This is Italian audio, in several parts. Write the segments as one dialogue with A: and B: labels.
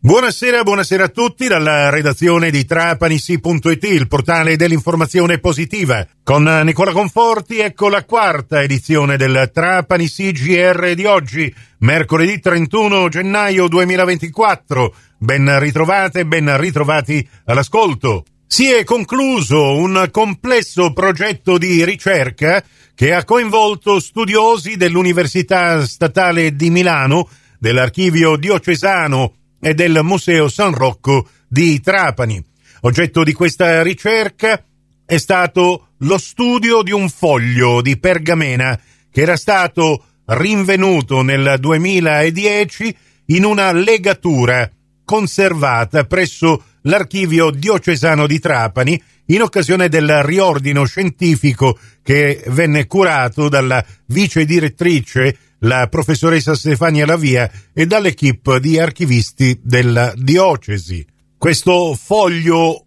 A: Buonasera a tutti dalla redazione di Trapanisi.it, il portale dell'informazione positiva. Con Nicola Conforti, ecco la quarta edizione del Trapanisi GR di oggi, mercoledì 31 gennaio 2024. Ben ritrovate, ben ritrovati all'ascolto. Si è concluso un complesso progetto di ricerca che ha coinvolto studiosi dell'Università Statale di Milano, dell'Archivio Diocesano e del Museo San Rocco di Trapani. Oggetto di questa ricerca è stato lo studio di un foglio di pergamena che era stato rinvenuto nel 2010 in una legatura conservata presso l'Archivio Diocesano di Trapani in occasione del riordino scientifico che venne curato dalla vice direttrice, la professoressa Stefania Lavia, e dall'equipe di archivisti della diocesi. Questo foglio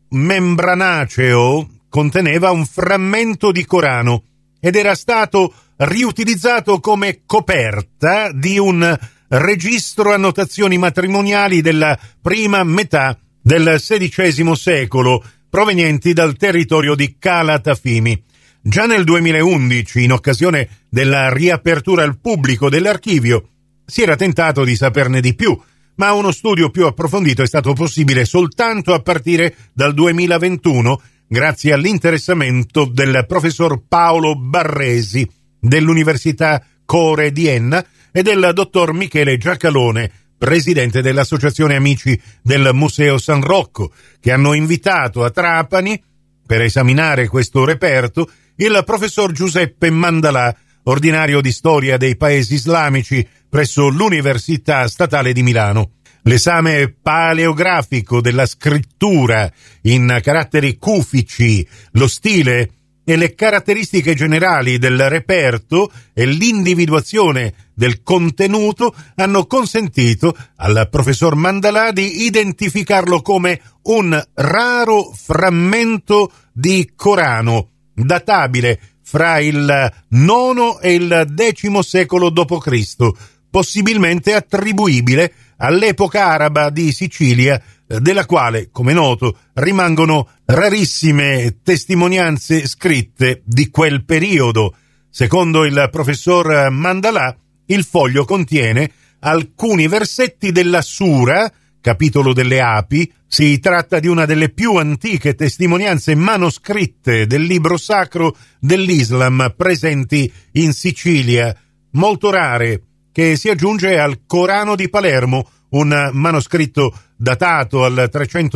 A: membranaceo conteneva un frammento di Corano ed era stato riutilizzato come coperta di un registro annotazioni matrimoniali della prima metà del XVI secolo, provenienti dal territorio di Calatafimi. Già nel 2011, in occasione della riapertura al pubblico dell'archivio, si era tentato di saperne di più, ma uno studio più approfondito è stato possibile soltanto a partire dal 2021, grazie all'interessamento del professor Paolo Barresi dell'Università Core di Enna e del dottor Michele Giacalone, presidente dell'Associazione Amici del Museo San Rocco, che hanno invitato a Trapani, per esaminare questo reperto, il professor Giuseppe Mandalà, ordinario di storia dei paesi islamici presso l'Università Statale di Milano. L'esame paleografico della scrittura in caratteri cufici, lo stile e le caratteristiche generali del reperto e l'individuazione del contenuto hanno consentito al professor Mandalà di identificarlo come un raro frammento di Corano, databile fra il IX e il X secolo d.C., possibilmente attribuibile all'epoca araba di Sicilia, della quale, come noto, rimangono rarissime testimonianze scritte di quel periodo. Secondo il professor Mandalà, il foglio contiene alcuni versetti della Sura, capitolo delle api. Si tratta di una delle più antiche testimonianze manoscritte del libro sacro dell'Islam presenti in Sicilia, molto rare, che si aggiunge al Corano di Palermo, un manoscritto datato al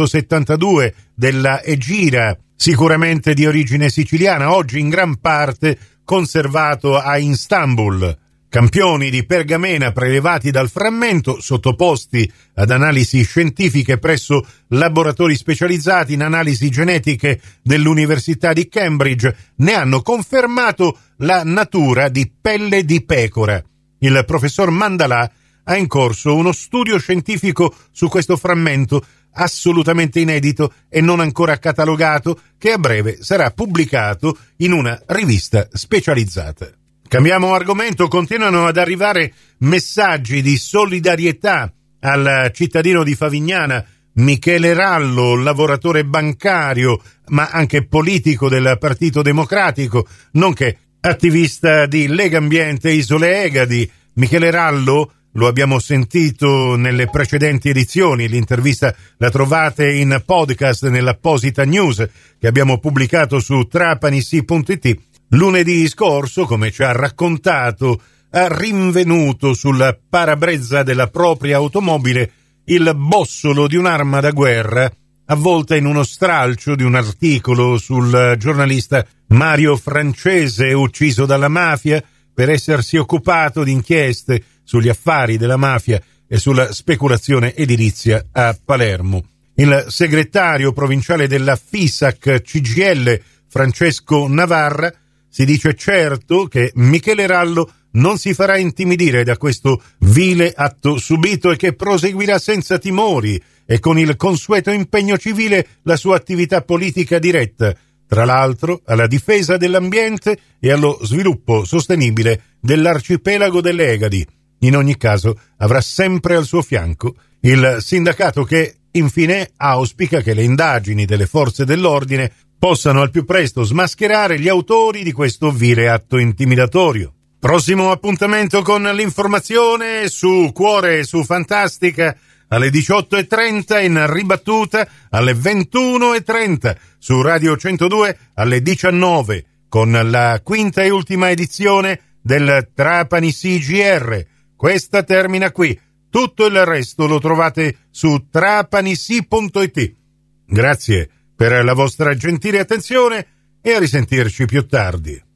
A: 372 della Egira, sicuramente di origine siciliana, oggi in gran parte conservato a Istanbul. Campioni di pergamena prelevati dal frammento, sottoposti ad analisi scientifiche presso laboratori specializzati in analisi genetiche dell'Università di Cambridge, ne hanno confermato la natura di pelle di pecora. Il professor Mandalà ha in corso uno studio scientifico su questo frammento assolutamente inedito e non ancora catalogato, che a breve sarà pubblicato in una rivista specializzata. Cambiamo argomento, continuano ad arrivare messaggi di solidarietà al cittadino di Favignana Michele Rallo, lavoratore bancario ma anche politico del Partito Democratico, nonché attivista di Legambiente Isole Egadi. Michele Rallo, lo abbiamo sentito nelle precedenti edizioni, l'intervista la trovate in podcast nell'apposita news che abbiamo pubblicato su Trapanisi.it. Lunedì scorso, come ci ha raccontato, ha rinvenuto sul parabrezza della propria automobile il bossolo di un'arma da guerra avvolta in uno stralcio di un articolo sul giornalista Mario Francese, ucciso dalla mafia per essersi occupato di inchieste sugli affari della mafia e sulla speculazione edilizia a Palermo. Il segretario provinciale della FISAC CGIL, Francesco Navarra, si dice certo che Michele Rallo non si farà intimidire da questo vile atto subito e che proseguirà senza timori e con il consueto impegno civile la sua attività politica diretta, tra l'altro alla difesa dell'ambiente e allo sviluppo sostenibile dell'arcipelago delle Egadi. In ogni caso avrà sempre al suo fianco il sindacato che, infine, auspica che le indagini delle forze dell'ordine possano al più presto smascherare gli autori di questo vile atto intimidatorio. Prossimo appuntamento con l'informazione su Cuore e su Fantastica alle 18:30, in ribattuta alle 21:30 su Radio 102 alle 19 con la quinta e ultima edizione del Trapani CGR. Questa termina qui. Tutto il resto lo trovate su trapanisi.it. Grazie per la vostra gentile attenzione e a risentirci più tardi.